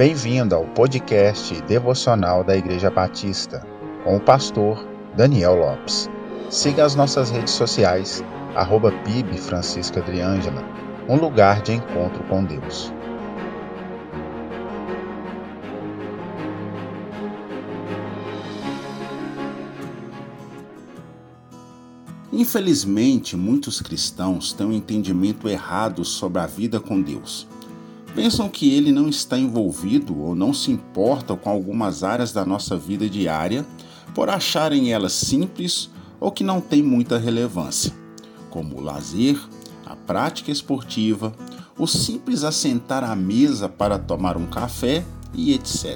Bem-vindo ao podcast devocional da Igreja Batista, com o pastor Daniel Lopes. Siga as nossas redes sociais, @PIB Francisca Adriângela, um lugar de encontro com Deus. Infelizmente, muitos cristãos têm um entendimento errado sobre a vida com Deus. Pensam que ele não está envolvido ou não se importa com algumas áreas da nossa vida diária por acharem elas simples ou que não têm muita relevância, como o lazer, a prática esportiva, o simples assentar à mesa para tomar um café e etc.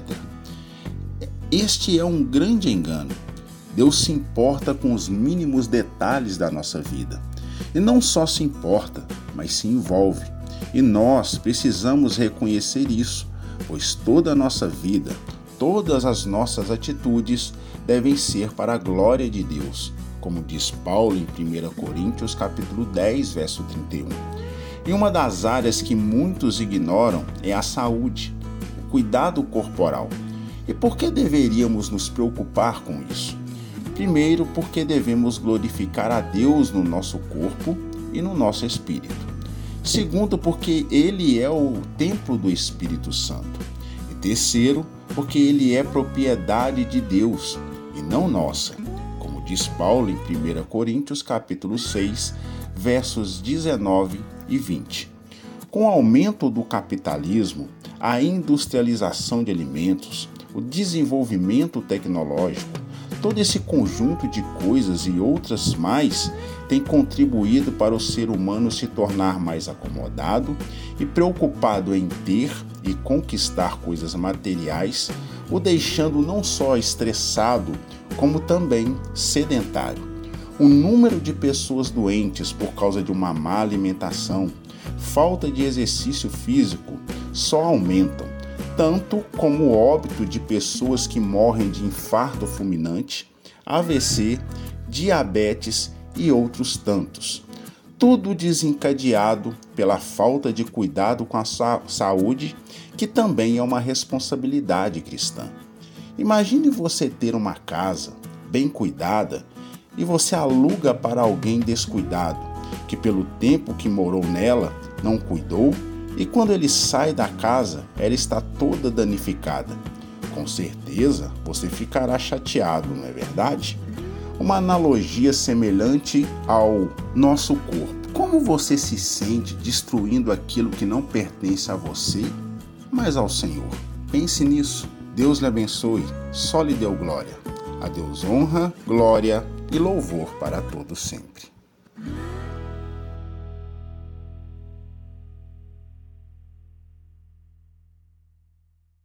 Este é um grande engano. Deus se importa com os mínimos detalhes da nossa vida. E não só se importa, mas se envolve. E nós precisamos reconhecer isso, pois toda a nossa vida, todas as nossas atitudes devem ser para a glória de Deus, como diz Paulo em 1 Coríntios capítulo 10, verso 31. E uma das áreas que muitos ignoram é a saúde, o cuidado corporal. E por que deveríamos nos preocupar com isso? Primeiro, porque devemos glorificar a Deus no nosso corpo e no nosso espírito. Segundo, porque Ele é o templo do Espírito Santo. E terceiro, porque Ele é propriedade de Deus e não nossa, como diz Paulo em 1 Coríntios capítulo 6, versos 19 e 20. Com o aumento do capitalismo, a industrialização de alimentos, o desenvolvimento tecnológico, todo esse conjunto de coisas e outras mais tem contribuído para o ser humano se tornar mais acomodado e preocupado em ter e conquistar coisas materiais, o deixando não só estressado, como também sedentário. O número de pessoas doentes por causa de uma má alimentação, falta de exercício físico, só aumentam, tanto como o óbito de pessoas que morrem de infarto fulminante, AVC, diabetes e outros tantos. Tudo desencadeado pela falta de cuidado com a saúde, que também é uma responsabilidade cristã. Imagine você ter uma casa bem cuidada e você aluga para alguém descuidado, que pelo tempo que morou nela não cuidou, e quando ele sai da casa, ela está toda danificada. Com certeza, você ficará chateado, não é verdade? Uma analogia semelhante ao nosso corpo. Como você se sente destruindo aquilo que não pertence a você, mas ao Senhor? Pense nisso. Deus lhe abençoe. Só lhe deu glória. A Deus honra, glória e louvor para todos sempre.